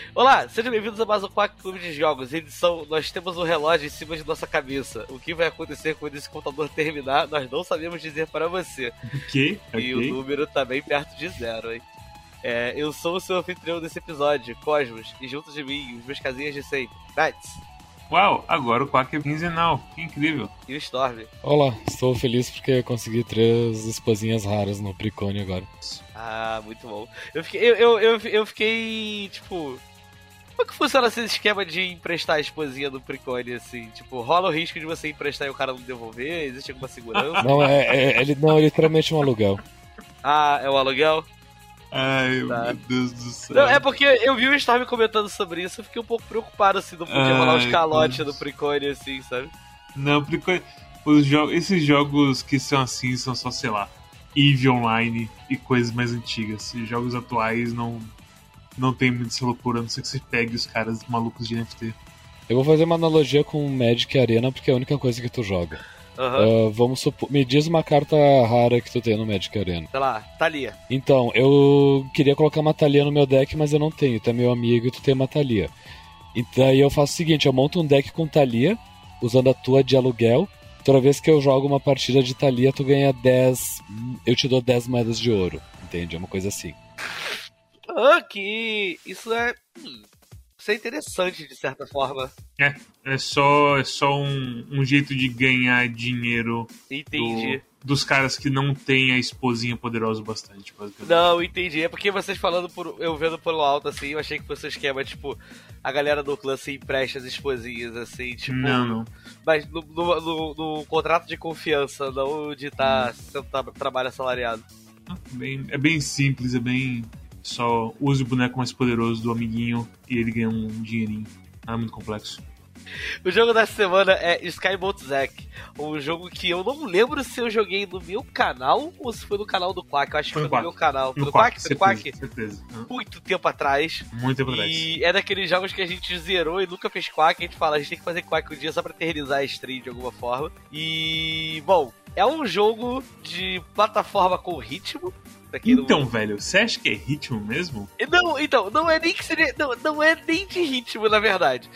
Olá, sejam bem-vindos a mais um Quack Clube de Jogos. Edição, nós temos um relógio em cima de nossa cabeça. O que vai acontecer quando esse computador terminar, nós não sabemos dizer para você. Ok. E o número tá bem perto de zero, hein? Eu sou o seu anfitrião desse episódio, Cosmos, e junto de mim, os meus casinhas de sempre, Nats. Uau, agora o Quack é quinzenal, que incrível. E o Storm. Olá, estou feliz porque consegui 3 esposinhas raras no Precone agora. Ah, muito bom. Eu fiquei, tipo... Como é que funciona esse esquema de emprestar a esposinha do Precone, assim? Tipo, rola o risco de você emprestar e o cara não devolver? Existe alguma segurança? Não, é literalmente um aluguel. Ah, é um aluguel? Ai, Tá. meu Deus do céu. Não, é porque eu vi o Storm comentando sobre isso, eu fiquei um pouco preocupado, assim, não podia rolar os calotes do Precone, assim, sabe? Não, Precone... Esses jogos que são assim são só, sei lá, EVE Online e coisas mais antigas. Os jogos atuais não tem muita essa loucura, a não ser que você pegue os caras malucos de NFT. Eu vou fazer uma analogia com Magic Arena porque é a única coisa que tu joga. Aham. Vamos supor, me diz uma carta rara que tu tem no Magic Arena. Sei lá, Thalia. Então, eu queria colocar uma Thalia no meu deck, mas eu não tenho. Tu é meu amigo e tu tem uma Thalia. Então aí eu faço o seguinte, eu monto um deck com Thalia, usando a tua de aluguel. Toda vez que eu jogo uma partida de Thalia, tu ganha 10... Eu te dou 10 moedas de ouro, entende? É uma coisa assim. Ah, que... Isso é interessante, de certa forma. É só um jeito de ganhar dinheiro Entendi. dos caras que não têm a esposinha poderosa o bastante, basicamente. Não, entendi. É porque vocês falando eu vendo por alto, assim, eu achei que fosse um esquema, tipo, a galera do clã se empresta as esposinhas, assim, tipo... Não. Mas no contrato de confiança, não de estar sendo trabalho assalariado. É bem simples, é bem... Só use o boneco mais poderoso do amiguinho e ele ganha um dinheirinho. Não é muito complexo. O jogo da semana é Skybolt Zack, um jogo que eu não lembro se eu joguei no meu canal ou se foi no canal do Quack. Eu acho que foi no meu canal. Foi no Quack? Foi no Quack? Certeza. Muito tempo atrás. Muito tempo atrás. E é daqueles jogos que a gente zerou e nunca fez Quack. A gente fala, a gente tem que fazer Quack um dia só pra eternizar a stream de alguma forma. E, bom, é um jogo de plataforma com ritmo. Então, velho, você acha que é ritmo mesmo? Não, então, não é nem que seria. Não é nem de ritmo, na verdade.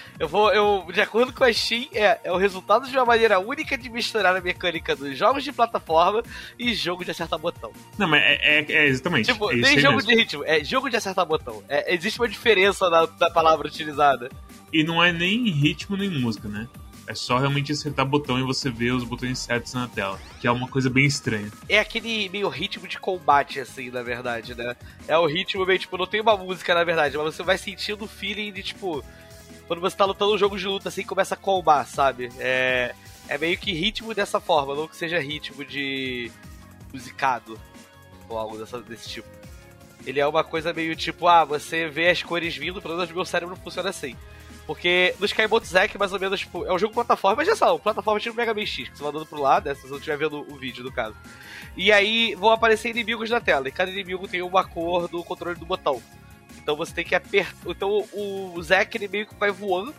De acordo com a Steam, é o resultado de uma maneira única de misturar a mecânica dos jogos de plataforma e jogo de acertar botão. Não, mas é exatamente. Tipo, é nem jogo mesmo de ritmo, é jogo de acertar botão. Existe uma diferença da palavra utilizada. E não é nem ritmo nem música, né? É só realmente acertar botão e você ver os botões certos na tela. Que é uma coisa bem estranha. É aquele meio ritmo de combate, assim, na verdade, né? É o ritmo meio, tipo, não tem uma música, na verdade, mas você vai sentindo o feeling de, tipo... Quando você tá lutando um jogo de luta, assim, começa a combar, sabe? É meio que ritmo dessa forma, não que seja ritmo de... musicado. Ou algo desse tipo. Ele é uma coisa meio, tipo, você vê as cores vindo, pelo menos meu cérebro funciona assim. Porque no Skybolt Zack, mais ou menos, tipo, é um jogo plataforma, mas já são, plataforma tipo Mega Man X, que você vai andando pro lado, né, se você não estiver vendo o vídeo, no caso. E aí vão aparecer inimigos na tela, e cada inimigo tem uma cor do controle do botão. Então você tem que apertar... Então o Zack, ele meio que vai voando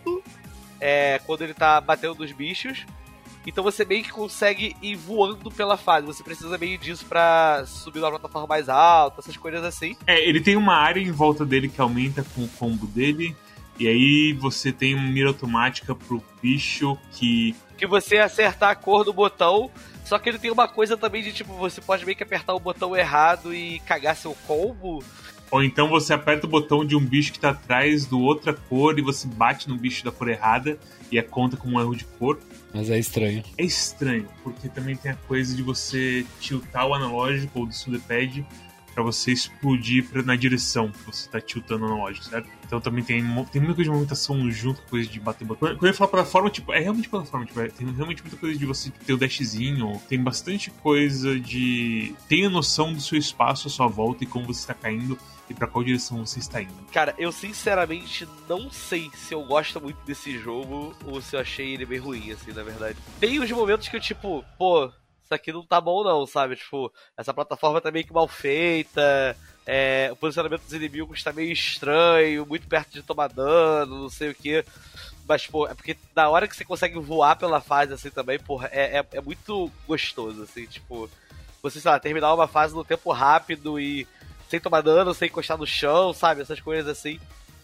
quando ele tá batendo nos bichos. Então você meio que consegue ir voando pela fase. Você precisa meio disso pra subir na plataforma mais alta, essas coisas assim. Ele tem uma área em volta dele que aumenta com o combo dele... E aí você tem uma mira automática pro bicho que você acertar a cor do botão, só que ele tem uma coisa também de tipo, você pode meio que apertar o botão errado e cagar seu combo. Ou então você aperta o botão de um bicho que tá atrás do outra cor e você bate no bicho da cor errada e é conta como um erro de cor. Mas é estranho. É estranho, porque também tem a coisa de você tiltar o analógico ou do D-pad pra você explodir na direção que você tá tiltando o analógico, certo? Então também tem muita coisa de movimentação junto com coisa de bater botão. Quando eu falo plataforma, tipo, é realmente plataforma, tipo, tem realmente muita coisa de você ter o dashzinho, tem bastante coisa de... Tenha noção do seu espaço à sua volta e como você está caindo e pra qual direção você está indo. Cara, eu sinceramente não sei se eu gosto muito desse jogo ou se eu achei ele bem ruim, assim, na verdade. Tem uns momentos que eu, tipo, isso aqui não tá bom não, sabe? Tipo, essa plataforma tá meio que mal feita, o posicionamento dos inimigos tá meio estranho, muito perto de tomar dano, não sei o que. Mas, é porque na hora que você consegue voar pela fase, assim, também, é muito gostoso, assim, tipo... Você, sei lá, terminar uma fase no tempo rápido e sem tomar dano, sem encostar no chão, sabe? Essas coisas assim.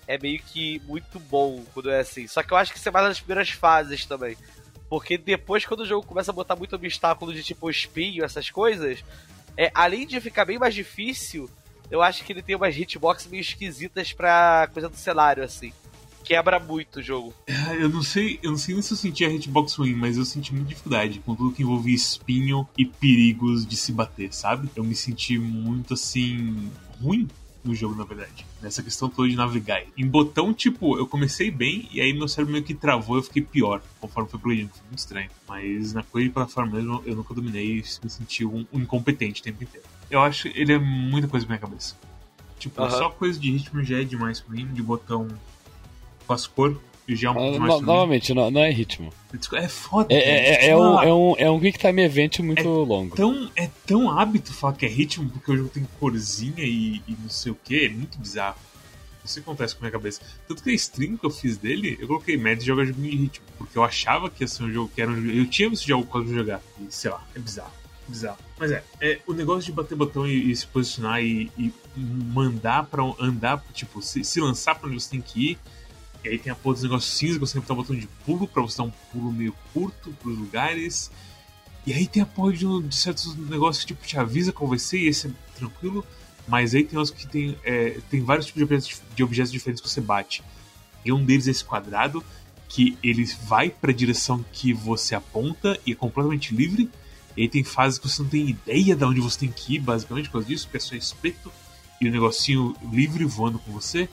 é meio que muito bom quando é assim. Só que eu acho que isso é mais nas primeiras fases também. Porque depois, quando o jogo começa a botar muito obstáculo de tipo espinho, essas coisas, além de ficar bem mais difícil, eu acho que ele tem umas hitbox meio esquisitas pra coisa do cenário, assim. Quebra muito o jogo. Eu não sei nem se eu senti a hitbox ruim, mas eu senti muita dificuldade com tudo que envolvia espinho e perigos de se bater, sabe? Eu me senti muito, assim, ruim no jogo, na verdade. Nessa questão toda de navegar. Em botão, tipo, eu comecei bem e aí meu cérebro meio que travou e eu fiquei pior conforme foi progredindo. Foi muito estranho. Mas na coisa de plataforma mesmo, eu nunca dominei e me senti um incompetente o tempo inteiro. Eu acho que ele é muita coisa pra minha cabeça. Tipo, só coisa de ritmo já é demais pra mim, de botão com as cores. Já é um pouco demais pra mim. Novamente, não é ritmo. É foda. É um Quick Time Event muito longo. É tão hábito falar que é ritmo, porque o jogo tem corzinha e não sei o que. É muito bizarro. Não sei o que acontece com a minha cabeça. Tanto que a stream que eu fiz dele, eu coloquei média de jogar jogo de ritmo. Porque eu achava que ia ser um jogo que era um jogo. Eu tinha visto jogo pra jogar. E sei lá, é bizarro. Mas o negócio de bater botão e se posicionar e mandar pra andar, tipo, se lançar pra onde você tem que ir. E aí tem a porra dos negócios cinza que você tem que botar um botão de pulo pra você dar um pulo meio curto pros lugares. E aí tem a porra de certos negócios que tipo, te avisa qual vai ser e esse é tranquilo. Mas aí tem outros que tem vários tipos de objetos diferentes que você bate. E um deles é esse quadrado, que ele vai pra direção que você aponta e é completamente livre. E aí tem fases que você não tem ideia de onde você tem que ir, basicamente, por causa disso, porque é só espeto e o negocinho livre voando com você.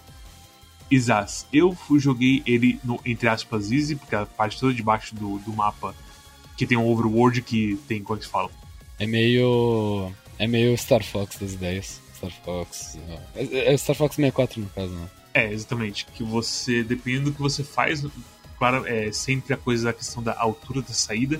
Exato, eu joguei ele no, entre aspas, easy, porque a parte toda de baixo do mapa que tem um overworld que tem, como é que se fala? É meio Star Fox das ideias. Star Fox. É Star Fox 64 no caso, né? Exatamente. Que você, dependendo do que você faz, claro, é sempre a coisa da questão da altura da saída,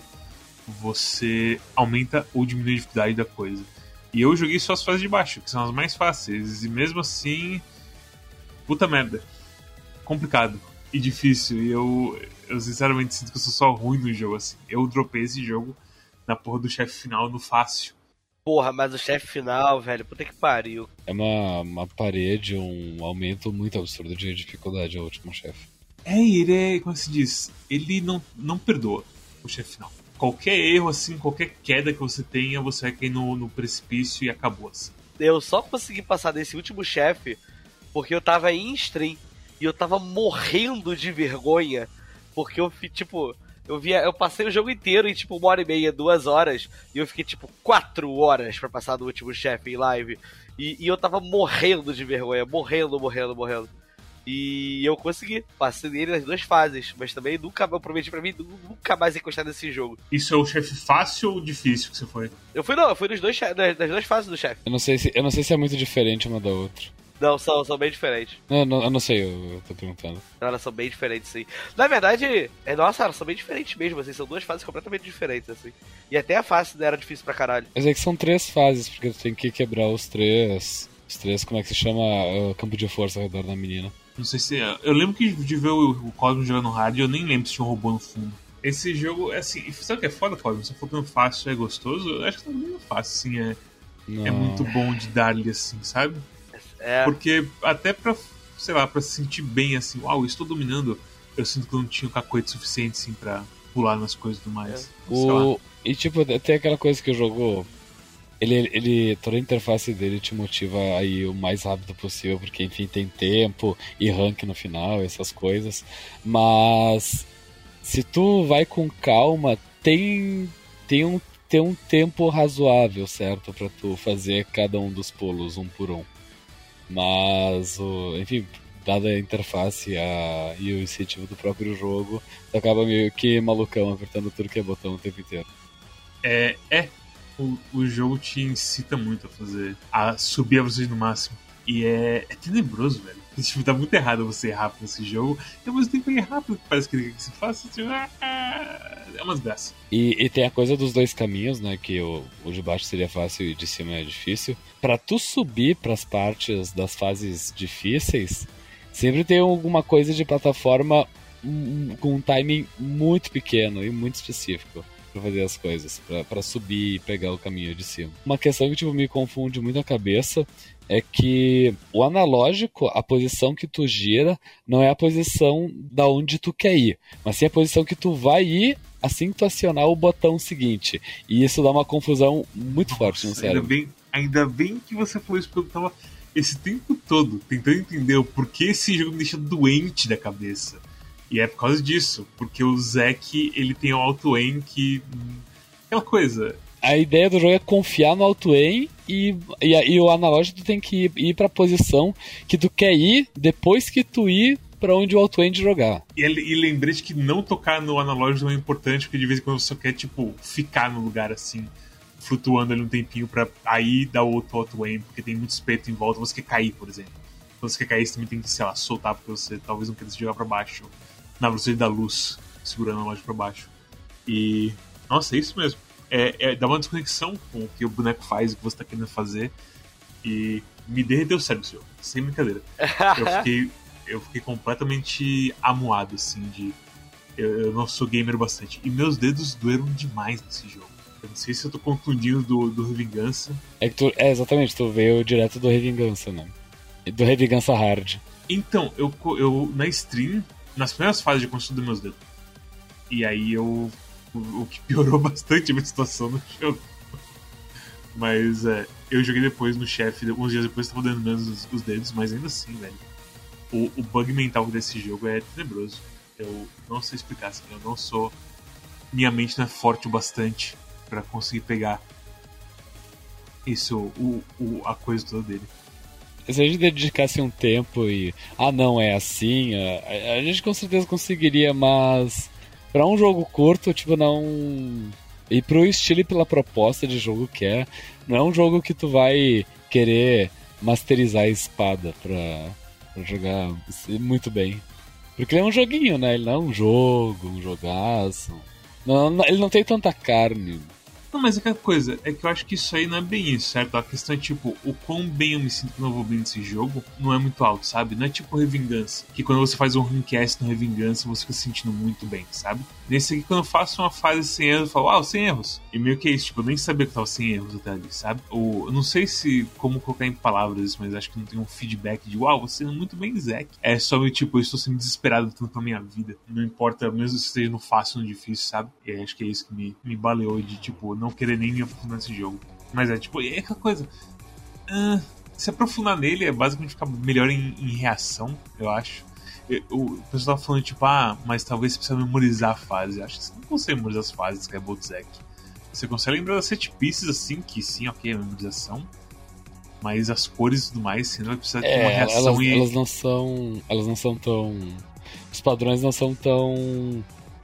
você aumenta ou diminui a dificuldade da coisa. E eu joguei só as fases de baixo, que são as mais fáceis, e mesmo assim, puta merda. Complicado e difícil, e eu sinceramente sinto que eu sou só ruim no jogo, assim. Eu dropei esse jogo na porra do chefe final no fácil. Porra, mas o chefe final, velho, puta que pariu. É uma parede, um aumento muito absurdo de dificuldade ao último chefe. E ele é, como se diz, ele não perdoa o chefe final. Qualquer erro, assim, qualquer queda que você tenha, você vai cair no precipício e acabou, assim. Eu só consegui passar desse último chefe porque eu tava em stream. E eu tava morrendo de vergonha, porque eu passei o jogo inteiro em tipo 1h30, 2 horas, e eu fiquei tipo 4 horas pra passar do último chefe em live. E eu tava morrendo de vergonha, morrendo. E eu consegui, passei nele nas 2 fases, mas também eu prometi pra mim nunca mais encostar nesse jogo. Isso é o chefe fácil ou difícil que você foi? Eu fui nas 2 fases do chefe. Eu não sei se é muito diferente uma da outra. Não, são bem diferentes. Eu não sei, eu tô perguntando. Não, elas são bem diferentes, sim. Na verdade, nossa, elas são bem diferentes mesmo, assim. São 2 fases completamente diferentes, assim. E até a fase era difícil pra caralho. Mas é que são 3 fases, porque tu tem que quebrar os três, como é que se chama, campo de força ao redor da menina. Não sei se... Eu lembro que de ver o Cosmo jogando no hard, eu nem lembro se tinha um robô no fundo. Esse jogo, é assim... Sabe o que é foda, Cosmo? Se for tão fácil, é gostoso, eu acho que tá muito fácil, assim. É muito bom de dar-lhe, assim, sabe? Porque até pra, sei lá, pra se sentir bem, assim, uau, eu estou dominando, eu sinto que eu não tinha o cacoete suficiente, assim, pra pular nas coisas e tudo mais. E tipo, tem aquela coisa que o jogo, toda a interface dele te motiva a ir o mais rápido possível, porque enfim, tem tempo e rank no final, essas coisas, mas se tu vai com calma, tem um tempo razoável, certo, pra tu fazer cada um dos pulos, um por um. Mas, enfim, dada a interface e o incentivo do próprio jogo, tu acaba meio que malucão, apertando tudo que é botão o tempo inteiro. O jogo te incita muito a subir a velocidade no máximo. E é tenebroso, velho. Tipo, tá muito errado você errar nesse jogo. E ao mesmo tempo é rápido, que parece que ele se faça. Tipo, é umas graças. E tem a coisa dos 2 caminhos, né? Que o de baixo seria fácil e de cima é difícil. Pra tu subir pras partes das fases difíceis, sempre tem alguma coisa de plataforma com um timing muito pequeno e muito específico pra fazer as coisas, pra subir e pegar o caminho de cima. Uma questão que tipo, me confunde muito a cabeça é que o analógico, a posição que tu gira, não é a posição da onde tu quer ir, mas sim a posição que tu vai ir assim que tu acionar o botão seguinte. E isso dá uma confusão muito forte no cérebro. Ainda bem que você falou isso, porque eu tava esse tempo todo tentando entender o porquê esse jogo me deixa doente da cabeça. E é por causa disso, porque o Zack, ele tem o auto-aim que... aquela coisa... A ideia do jogo é confiar no auto-aim e o analógico tu tem que ir pra posição que tu quer ir depois que tu ir pra onde o auto-aim de jogar. E lembrei de que não tocar no analógico é importante, porque de vez em quando você só quer, tipo, ficar no lugar assim, flutuando ali um tempinho pra aí dar outro auto-aim, porque tem muito espeto em volta, você quer cair, por exemplo. Quando você quer cair, você também tem que, sei lá, soltar, porque você talvez não queira se jogar pra baixo, na velocidade da luz, segurando o analógico pra baixo. E... nossa, é isso mesmo. Dá uma desconexão com o que o boneco faz, o que você tá querendo fazer. E me derreteu o cérebro, senhor. Sem brincadeira. Eu fiquei completamente amuado, assim, de... Eu não sou gamer bastante. E meus dedos doeram demais nesse jogo. Eu não sei se eu tô confundindo do Revingança. Exatamente, tu veio direto do Revingança, né? Do Revingança Hard. Então, eu na stream, nas primeiras fases de construção dos meus dedos. E aí o que piorou bastante a minha situação no jogo. Mas eu joguei depois no chefe, uns dias depois tava dando menos os dedos, mas ainda assim, velho. O bug mental desse jogo é tenebroso. Eu não sei explicar, assim, eu não sou... minha mente não é forte o bastante pra conseguir pegar isso, a coisa toda dele. Se a gente dedicasse um tempo e... não, é assim, a gente com certeza conseguiria, mas... pra um jogo curto, tipo, não... e pro estilo e pela proposta de jogo que é, não é um jogo que tu vai querer masterizar a espada pra jogar muito bem. Porque ele é um joguinho, né? Ele não é um jogo, um jogaço. Não, ele não tem tanta carne. Não, mas aquela coisa, é que eu acho que isso aí não é bem isso, certo? A questão é tipo, o quão bem eu me sinto quando eu vou bem nesse jogo não é muito alto, sabe? Não é tipo Revingança, que quando você faz um Runcast no Revingança você fica se sentindo muito bem, sabe? Nesse aqui, quando eu faço uma fase sem erros, eu falo, sem erros. E meio que é isso, tipo, eu nem sabia que eu tava sem erros até ali, sabe? Eu não sei como colocar em palavras isso, mas acho que não tem um feedback de, você indo muito bem, Zack. É só meio tipo, eu estou sendo desesperado tanto pra minha vida. Não importa, mesmo se esteja no fácil ou no difícil, sabe? E acho que é isso que me baleou de, tipo, não querer nem me aprofundar nesse jogo. Mas tipo, é aquela coisa. Se aprofundar nele é basicamente ficar melhor em reação, eu acho. O pessoal tava falando, tipo, mas talvez você precisa memorizar a fase. Eu acho que você não consegue memorizar as fases, que é Zack. Você consegue lembrar das set pieces, assim, que sim, ok, é memorização. Mas as cores e tudo mais, você não vai precisar ter uma reação elas não são tão... os padrões não são tão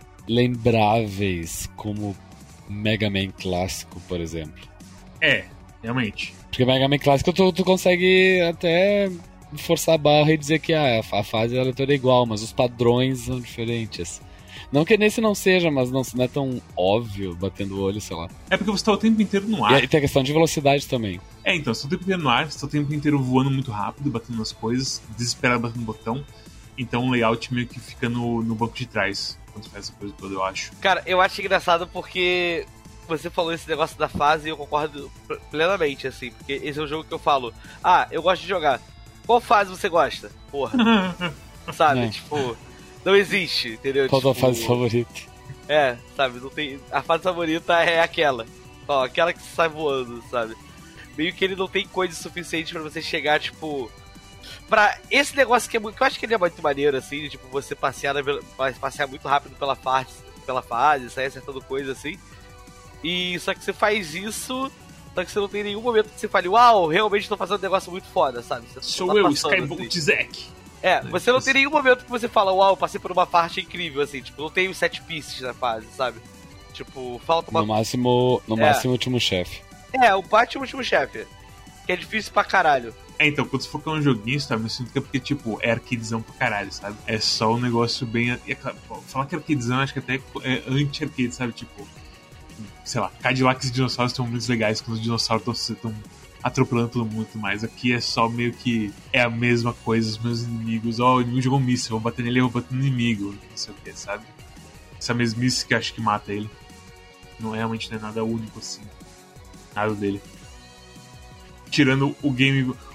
lembráveis como Mega Man clássico, por exemplo. Realmente. Porque Mega Man clássico tu consegue até forçar a barra e dizer que a fase ela é toda igual, mas os padrões são diferentes. Não que nesse não seja, mas não é tão óbvio batendo o olho, sei lá. É porque você tá o tempo inteiro no ar. E tem a questão de velocidade também. Então, você tá o tempo inteiro no ar, você tá o tempo inteiro voando muito rápido, batendo nas coisas, desesperado batendo no botão. Então o layout meio que fica no banco de trás quando faz essa coisa toda, eu acho. Cara, eu acho engraçado porque você falou esse negócio da fase e eu concordo plenamente, assim. Porque esse é um jogo que eu falo, eu gosto de jogar. Qual fase você gosta? Porra. Sabe? Tipo, não existe, entendeu? Qual a fase favorita? Sabe? Não tem... A fase favorita é aquela. Aquela que você sai voando, sabe? Meio que ele não tem coisa suficiente pra você chegar, tipo... Pra esse negócio que eu acho que ele é muito maneiro, assim, de, tipo, você passear muito rápido pela fase, sair acertando coisa, assim. E só que você faz isso, só que você não tem nenhum momento que você fale, realmente tô fazendo um negócio muito foda, sabe? Sou eu, Skybolt assim. Zack. Você não tem nenhum momento que você fala, passei por uma parte incrível, assim, tipo, não tem os 7 pieces na fase, sabe? Tipo, falta uma... No máximo o último chefe. O Pátio e o último chefe. Que é difícil pra caralho. Então, quando você for com um joguinho, sabe, eu sinto que é porque, tipo, é arcadezão pra caralho, sabe? É só um negócio bem... falar que é arcadezão, acho que até é anti-arcade, sabe? Tipo, sei lá, Cadillacs e dinossauros estão muito legais quando os dinossauros estão atropelando todo mundo e mais. Aqui é só meio que é a mesma coisa, os meus inimigos. O inimigo jogou um míssil, eu vou bater nele, eu vou bater no inimigo, não sei o que, sabe? Essa mesmice que eu acho que mata ele. Não é nada único assim. Nada dele. Tirando o game...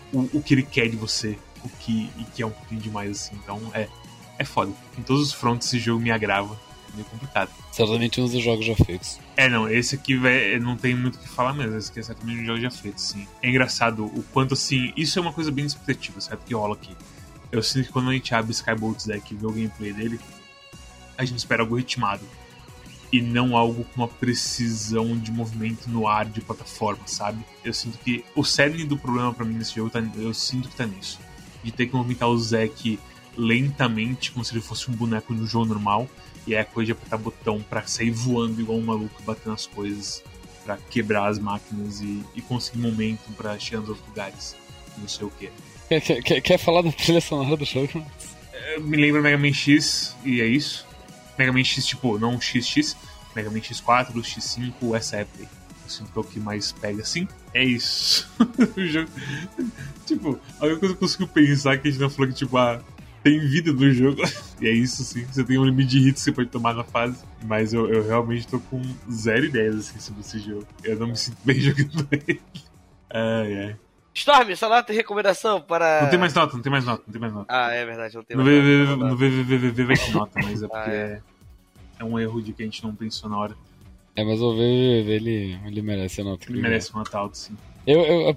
o que ele quer de você, e que é um pouquinho demais, assim. Então é foda. Em todos os fronts esse jogo me agrava. É meio complicado. Certamente uns dos jogos já feitos. Não, esse aqui, velho, não tem muito o que falar mesmo. Esse aqui é certamente um jogo já feito, sim. É engraçado o quanto, assim, isso é uma coisa bem expectativa, certo? Que rola aqui. Eu sinto que quando a gente abre Skybolt's Deck e vê o gameplay dele, a gente espera algo ritmado. E não algo com uma precisão de movimento no ar de plataforma, sabe? Eu sinto que o cerne do problema pra mim nesse jogo, eu sinto que tá nisso. De ter que movimentar o Zack lentamente, como se ele fosse um boneco no jogo normal. E é a coisa de apertar botão pra sair voando igual um maluco, batendo as coisas, pra quebrar as máquinas e conseguir momento pra chegar nos outros lugares. Não sei o que. Quer falar da trilha sonora do jogo? Me lembra Mega Man X, e é isso. Mega Man X, tipo, não XX, Mega Man X4, X5, essa época aí. Eu sinto que é o que mais pega assim. É isso. O jogo. Tipo, a única coisa que eu consigo pensar é que a gente não falou que, tipo, tem vida no jogo. E é isso, sim. Você tem um limite de hits que você pode tomar na fase. Mas eu realmente tô com 0 ideias, assim, sobre esse jogo. Eu não me sinto bem jogando ele. Ai. Storm, sua nota e recomendação para... Não tem mais nota. Ah, é verdade, não tem no mais nota. No VVVV vai ter nota, mas é porque é um erro de que a gente não pensou na hora. Mas o VVV, ele merece a nota. Ele merece uma nota alta, sim. Eu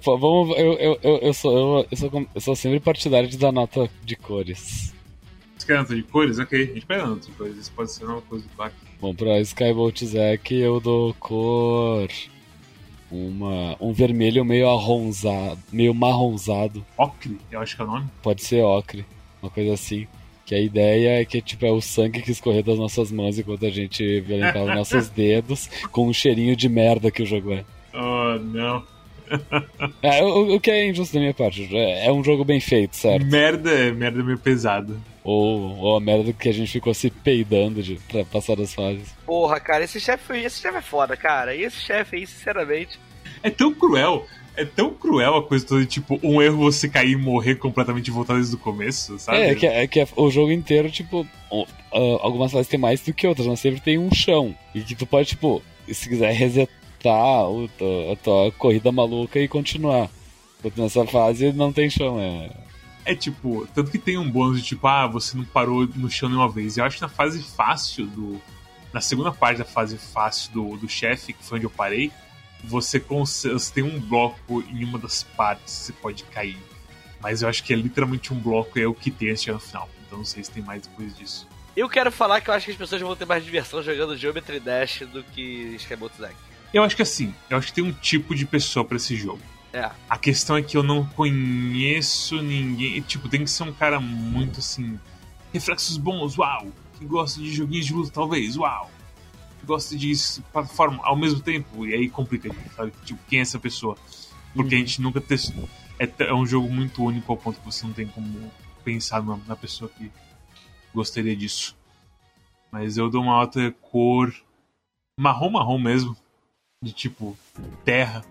sou sempre partidário de dar nota de cores. Você quer nota de cores? Ok, a gente pega nota de cores. Isso pode ser uma coisa do parque. Bom, pra Skybolt Zack eu dou cor... Um vermelho meio arronzado, meio marronzado. Ocre, eu acho que é o nome. Pode ser ocre, uma coisa assim. Que a ideia é que tipo, é o sangue que escorreu das nossas mãos enquanto a gente violentava nossos dedos com um cheirinho de merda que o jogo é. Oh, não. O que é injusto da minha parte. É um jogo bem feito, certo? Merda meio pesado. Ou a merda que a gente ficou se peidando pra passar das fases. Porra, cara, esse chefe é foda, cara. E esse chefe aí, sinceramente... É tão cruel a coisa toda de, tipo, um erro você cair e morrer completamente e voltar desde o começo, sabe? É que o jogo inteiro, tipo, algumas fases tem mais do que outras, mas sempre tem um chão. E que tu pode, tipo, se quiser resetar a tua corrida maluca e continuar. Porque nessa fase não tem chão, É tipo, tanto que tem um bônus de tipo, você não parou no chão nenhuma vez. Eu acho que na fase fácil na segunda parte da fase fácil do chefe, que foi onde eu parei, você tem um bloco em uma das partes que você pode cair. Mas eu acho que é literalmente um bloco e é o que tem esse no final. Então não sei se tem mais depois disso. Eu quero falar que eu acho que as pessoas vão ter mais diversão jogando Geometry Dash do que Skybolt Zack. Eu acho que tem um tipo de pessoa pra esse jogo. A questão é que eu não conheço ninguém. Tipo, tem que ser um cara muito assim. Reflexos bons, uau! Que gosta de joguinhos de luta, talvez, uau! Que gosta de plataforma ao mesmo tempo, e aí complica, sabe? Tipo, quem é essa pessoa? Porque a gente nunca testou. É um jogo muito único ao ponto que você não tem como pensar na pessoa que gostaria disso. Mas eu dou uma alta cor marrom mesmo. De tipo, terra.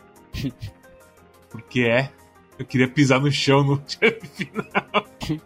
Porque eu queria pisar no chão no final.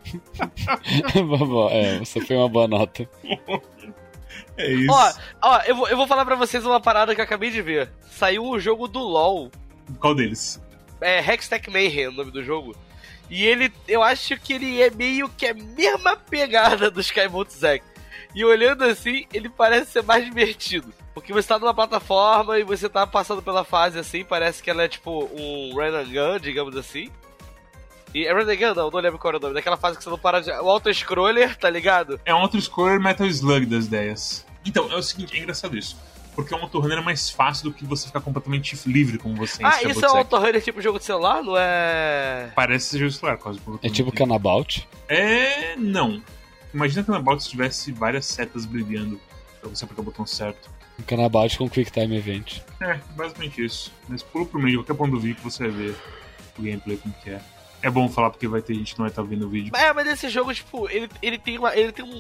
Você foi uma boa nota. É isso. Eu vou falar pra vocês uma parada que eu acabei de ver. Saiu o jogo do LoL. Qual deles? É Hextech Mayhem, o nome do jogo. E eu acho que ele é meio que a mesma pegada do Skybolt Zack. E olhando assim, ele parece ser mais divertido. Porque você tá numa plataforma e você tá passando pela fase assim, parece que ela é tipo um run and gun, digamos assim. E é run and gun? Não lembro qual era o nome. Daquela fase que você não para de... O auto-scroller, tá ligado? É um auto-scroller Metal Slug das ideias. Então, é o seguinte, é engraçado isso. Porque o auto-runner é mais fácil do que você ficar completamente livre como você em isso é um auto-runner tipo jogo de celular, não é? Parece ser jogo de celular, quase. É tipo Canabout? Não. Imagina que o Canabout tivesse várias setas brilhando pra você apertar o botão certo. Um Canabout com Quick Time Event. Basicamente isso. Mas pula pro meio, qualquer ponto do vídeo que você vai ver o gameplay como que é. É bom falar porque vai ter gente que não vai estar vendo o vídeo. Mas esse jogo, tipo, ele tem uma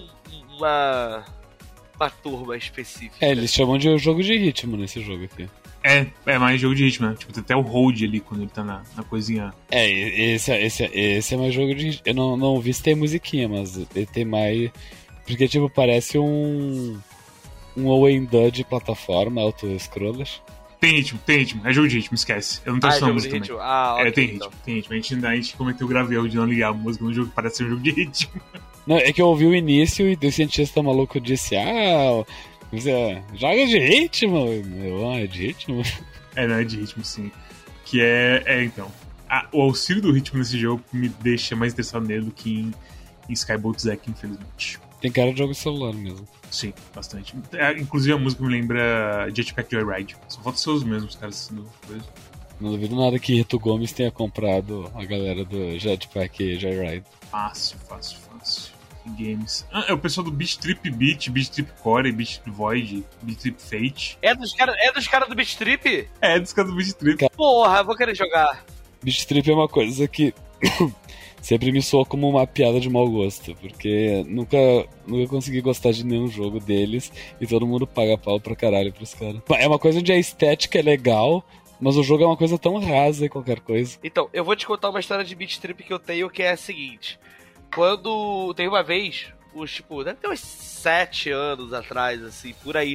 turma específica. Eles chamam de jogo de ritmo nesse jogo aqui. É mais jogo de ritmo, né? Tipo, tem até o hold ali quando ele tá na coisinha. Esse é mais jogo de ritmo. Eu não vi se tem musiquinha, mas ele tem mais... Porque, tipo, parece um Owen Dud de plataforma, auto-scroller. Tem ritmo. É jogo de ritmo, esquece. Eu não tô assistindo a música também. Ok, tem então. ritmo. A gente cometeu o grave erro de não ligar a música no jogo que parece ser um jogo de ritmo. Não, é que eu ouvi o início e o cientista maluco disse, você joga de ritmo. É de ritmo? Não, é de ritmo, sim. Que então. O auxílio do ritmo nesse jogo me deixa mais interessado nele do que em Skybolt Zack, infelizmente. Tem cara de jogo de celular mesmo. Sim, bastante. Inclusive a música me lembra Jetpack Joyride. Só falta ser os mesmos caras assistindo coisa. Não duvido nada que Rito Gomes tenha comprado a galera do Jetpack Joyride. Fácil. Games. É o pessoal do Beat Trip Beat Trip Core, Beat Trip Void, Beat Trip Fate. É dos caras do Beat Trip? É dos caras do Beat Trip. Porra, vou querer jogar. Beat Trip é uma coisa que sempre me soa como uma piada de mau gosto, porque nunca consegui gostar de nenhum jogo deles e todo mundo paga pau pra caralho pros caras. É uma coisa onde a estética é legal, mas o jogo é uma coisa tão rasa e qualquer coisa. Então, eu vou te contar uma história de Beat Trip que eu tenho, que é a seguinte. Quando tem uma vez, deve ter uns 7 anos atrás, assim, por aí,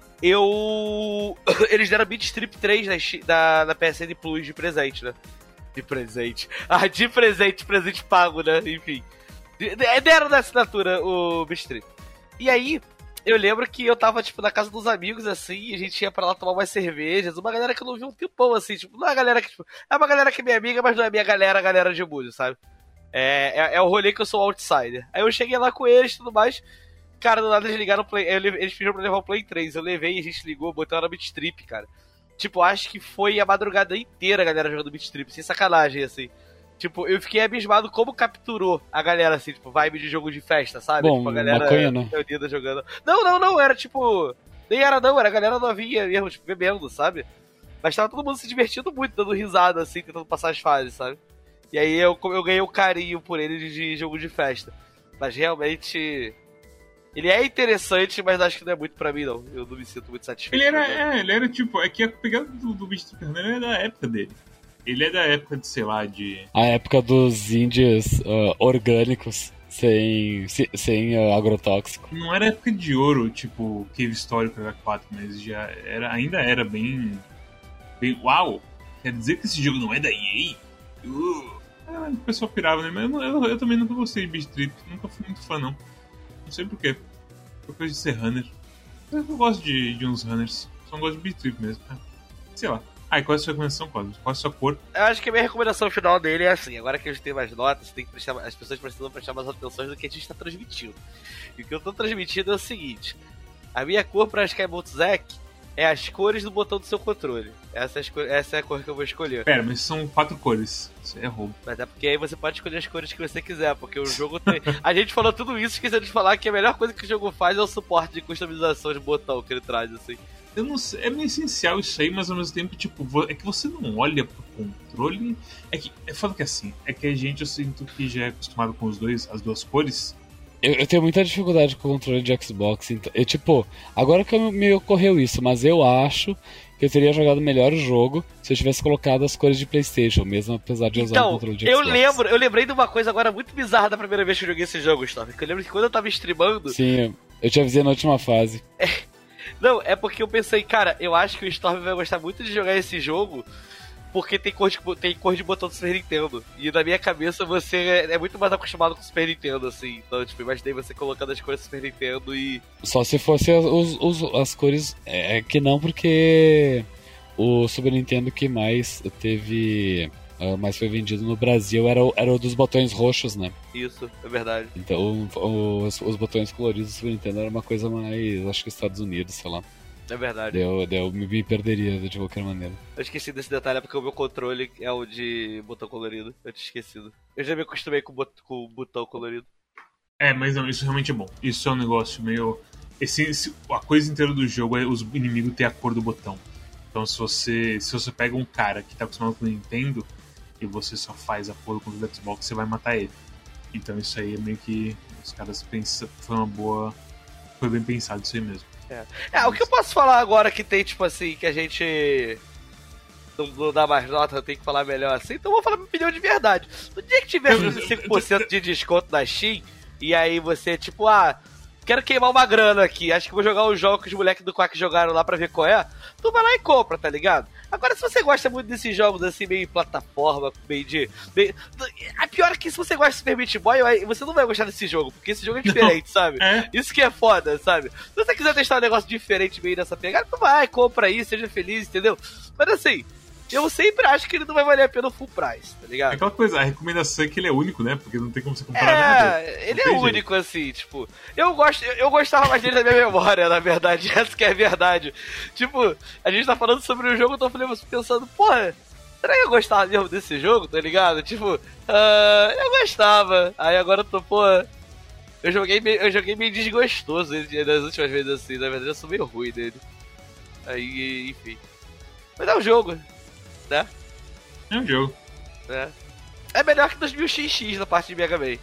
eles deram Beat Trip 3 da PSN Plus de presente, né? De presente. Presente pago, né? Enfim. Deram na assinatura o Beat Trip. E aí, eu lembro que eu tava, na casa dos amigos, assim, e a gente ia pra lá tomar umas cervejas, uma galera que eu não vi um tempão, assim, não é uma galera que, é uma galera que é minha amiga, mas não é minha galera, a galera de música, sabe? É o rolê que eu sou outsider. Aí eu cheguei lá com eles e tudo mais. Cara, do nada eles ligaram o Play. Eles pediram pra levar o Play 3. Eu levei e a gente ligou, botaram na Beat Trip, cara. Acho que foi a madrugada inteira a galera jogando Beat Trip, sem sacanagem, assim. Eu fiquei abismado como capturou a galera, assim, vibe de jogo de festa, sabe? Bom, a galera maconha, né? reunida jogando. Não, era nem era não, era a galera novinha mesmo, bebendo, sabe? Mas tava todo mundo se divertindo muito, dando risada, assim, tentando passar as fases, sabe? E aí eu ganhei um carinho por ele de jogo de festa. Mas realmente... Ele é interessante, mas acho que não é muito pra mim, não. Eu não me sinto muito satisfeito. Ele era é que a pegada do Beat Trip é da época dele. Ele é da época de, sei lá, a época dos indies orgânicos, sem agrotóxico. Não era época de ouro, Cave Story pra H4, mas ainda era bem... Uau! Quer dizer que esse jogo não é da EA? O pessoal pirava, né? Mas eu também nunca gostei de Beat Trip. Nunca fui muito fã, não. Não sei porquê. Foi coisa de ser runner. Eu gosto de uns runners. Só não gosto de Beat Trip mesmo. Sei lá. E qual é a sua recomendação, Cosmos? Qual é a sua cor? Eu acho que a minha recomendação final dele é assim. Agora que a gente tem mais notas, as pessoas precisam prestar mais atenção do que a gente está transmitindo. E o que eu estou transmitindo é o seguinte. A minha cor para Skybolt Zack é as cores do botão do seu controle. Essa é a cor que eu vou escolher. Pera, mas são 4 cores. Isso é roubo. Mas é porque aí você pode escolher as cores que você quiser, porque o jogo tem... A gente falou tudo isso, esqueceu de falar que a melhor coisa que o jogo faz é o suporte de customização de botão que ele traz, assim. Eu não sei, é meio essencial isso aí, mas ao mesmo tempo, é que você não olha pro controle. É foda que assim, é que a gente, eu sinto que já é acostumado com as duas cores. Eu tenho muita dificuldade com o controle de Xbox, então, agora que me ocorreu isso, mas eu acho que eu teria jogado melhor o jogo se eu tivesse colocado as cores de PlayStation, mesmo apesar de usar o controle de Xbox. Eu lembrei de uma coisa agora muito bizarra da primeira vez que eu joguei esse jogo, Gustavo, que eu lembro que quando eu tava streamando... Sim, eu te avisei na última fase. Não, é porque eu pensei, cara, eu acho que o Storm vai gostar muito de jogar esse jogo porque tem cor de botão do Super Nintendo. E na minha cabeça você é muito mais acostumado com o Super Nintendo, assim. Então, imaginei você colocando as cores do Super Nintendo e... Só se fosse as cores... que não, porque o Super Nintendo que mais teve... mais foi vendido no Brasil era o dos botões roxos, né? Isso, é verdade. Então os botões coloridos do Super Nintendo era uma coisa mais, acho que Estados Unidos, sei lá. É verdade. Eu me perderia de qualquer maneira. Eu esqueci desse detalhe porque o meu controle é o de botão colorido. Eu tinha esquecido. Eu já me acostumei com o botão colorido. Mas não, isso realmente é bom. Isso é um negócio meio... a coisa inteira do jogo é os inimigos ter a cor do botão. Então se você pega um cara que tá acostumado com o Nintendo e você só faz a cor com o Xbox, você vai matar ele. Então isso aí é meio que... Os caras pensam... Foi bem pensado isso aí mesmo. O que eu posso falar agora que tem, que a gente não dá mais nota, eu tenho que falar melhor assim, então eu vou falar minha opinião de verdade. No dia que tiver 5% de desconto na Steam, e aí você, quero queimar uma grana aqui, acho que vou jogar um jogo que os moleques do Quack jogaram lá pra ver qual é, tu vai lá e compra, tá ligado? Agora, se você gosta muito desses jogos assim, meio plataforma, meio de... A pior é que se você gosta de Super Meat Boy, você não vai gostar desse jogo, porque esse jogo é diferente, sabe? Isso que é foda, sabe? Se você quiser testar um negócio diferente meio dessa pegada, tu vai, compra aí, seja feliz, entendeu? Mas assim... Eu sempre acho que ele não vai valer a pena o full price, tá ligado? É aquela coisa, a recomendação é que ele é único, né? Porque não tem como você comparar nada. Ele é único, assim, tipo... Eu gostava mais dele da minha memória, na verdade. Essa que é a verdade. Tipo, a gente tá falando sobre o jogo, eu tô pensando, porra, será que eu gostava mesmo desse jogo, tá ligado? Tipo, eu gostava. Aí agora eu tô, eu joguei meio desgostoso das últimas vezes, assim. Na verdade, eu sou meio ruim dele. Aí, enfim. Mas é um jogo, né? É um jogo. É melhor que 2000XX na parte de Mega Man.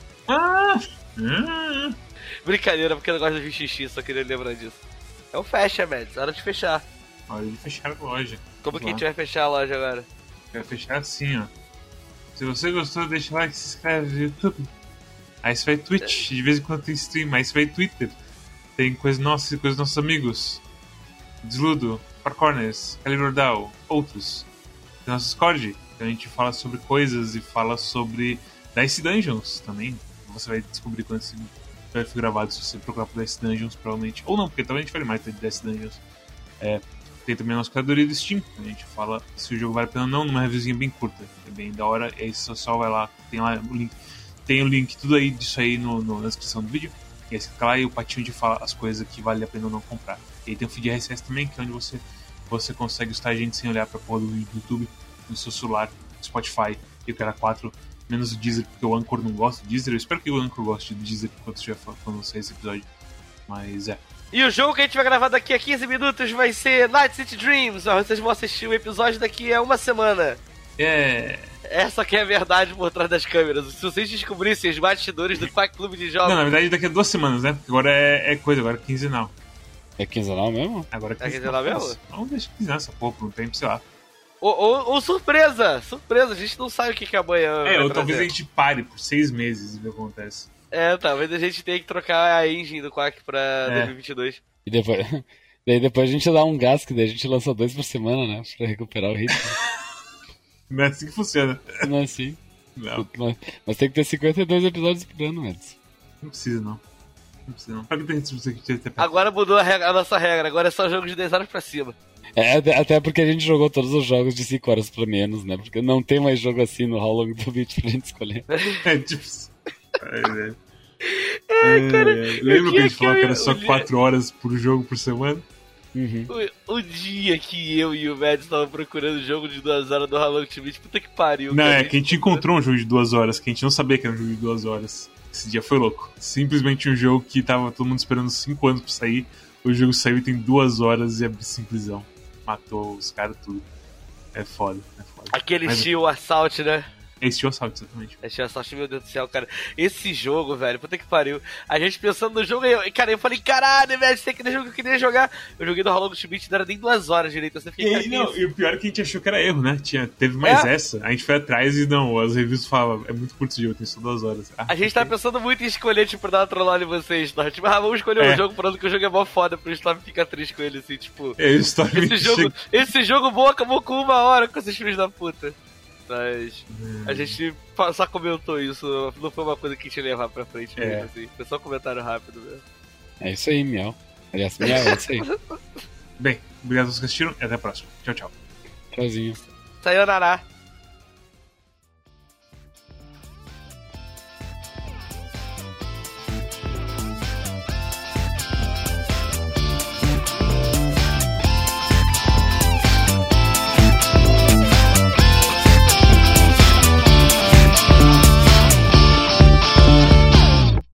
Brincadeira, porque eu não gosto do 2000XX, só queria lembrar disso. É um fecha, Mads, hora de fechar. Hora de fechar a loja. Como que a gente vai fechar a loja agora? Vai fechar assim, ó. Se você gostou, deixa o like, se inscreve no YouTube. Aí você vai Twitch, de vez em quando tem stream. Aí você vai Twitter. Tem coisa nossa e coisa dos nossos amigos. Desludo, Four Corners, Calibur Down, outros. Tem nosso Discord, que a gente fala sobre coisas e fala sobre Dice Dungeons também. Você vai descobrir quando esse vai ser gravado, se você procurar por Dice Dungeons, provavelmente. Ou não, porque talvez a gente fale mais de Dice Dungeons. Tem também a nossa curadoria do Steam, a gente fala se o jogo vale a pena ou não, numa reviewzinha bem curta. É bem da hora, e aí você só vai lá, tem lá o link. Tem o link, tudo aí disso aí na descrição do vídeo. E aí você clica lá e o patinho de fala as coisas que vale a pena ou não comprar. E aí tem o feed RSS também, que é onde você consegue escutar a gente sem olhar pra porra do vídeo do YouTube, no seu celular, Spotify e o cara 4, menos o Deezer, porque o Anchor não gosta do Deezer. Eu espero que o Anchor goste do Deezer quando sair esse episódio. Mas E o jogo que a gente vai gravar daqui a 15 minutos vai ser Night City Dreams. Vocês vão assistir o episódio daqui a uma semana. Essa que é a verdade por trás das câmeras. Se vocês descobrissem os bastidores do Quack Clube de Jogos... Não, na verdade daqui a 2 semanas, né? Porque agora é coisa, agora é quinzenal. É quinzenal mesmo? Agora é quinzenal mesmo? Vamos deixar quinzenal essa porra por um tempo, sei lá. Ou surpresa! Surpresa, a gente não sabe o que amanhã vai ou trazer. talvez a gente pare por 6 meses e ver o que acontece. Talvez a gente tenha que trocar a engine do Quack pra 2022. E depois a gente dá um gás, que daí a gente lança 2 por semana, né? Pra recuperar o ritmo. Não é assim que funciona. Não é assim. Não. Mas tem que ter 52 episódios por ano, Mads. Não precisa, não. Não precisa, não. Pra que tem que ter... Agora mudou a nossa regra, agora é só jogo de 10 horas pra cima. Até porque a gente jogou todos os jogos de 5 horas pra menos, né? Porque não tem mais jogo assim no How Long to Beat pra gente escolher. Cara, lembra que a gente falou que era só 4 horas por jogo por semana? Uhum. O dia que eu e o Mads estavam procurando jogo de 2 horas do How Long to Beat, puta que pariu. Não, cara, que a gente encontrou um jogo de 2 horas, que a gente não sabia que era um jogo de 2 horas. Esse dia foi louco. Simplesmente um jogo que tava todo mundo esperando 5 anos pra sair. O jogo saiu e tem 2 horas e é simplesão. Matou os caras tudo. É foda. Aquele Steel Assault, né? É Steel Assault, exatamente. É Steel Assault, meu Deus do céu, cara. Esse jogo, velho, puta que pariu. A gente pensando no jogo, eu falei, caralho, velho, tem aquele jogo que eu queria jogar. Eu joguei no How Long to Beat, não era nem 2 horas direito. Você fica e o pior é que a gente achou que era erro, né? Teve mais essa. A gente foi atrás e não, as reviews falavam, é muito curto o jogo, tem só 2 horas. A gente tá pensando muito em escolher, tipo, dar uma trollada em vocês, tá? Tipo, vamos escolher um jogo pronto que o jogo é mó foda, pro Storm ficar triste com ele, assim, tipo. Esse jogo bom acabou com 1 hora com esses filhos da puta. Mas a gente só comentou isso, não foi uma coisa que a gente ia levar pra frente mesmo, assim. Foi só um comentário rápido mesmo. É isso aí, Miau. Aliás, Miau, é isso aí. Bem, obrigado a todos que assistiram e até a próxima. Tchau, tchau. Tchauzinho. Sayonara.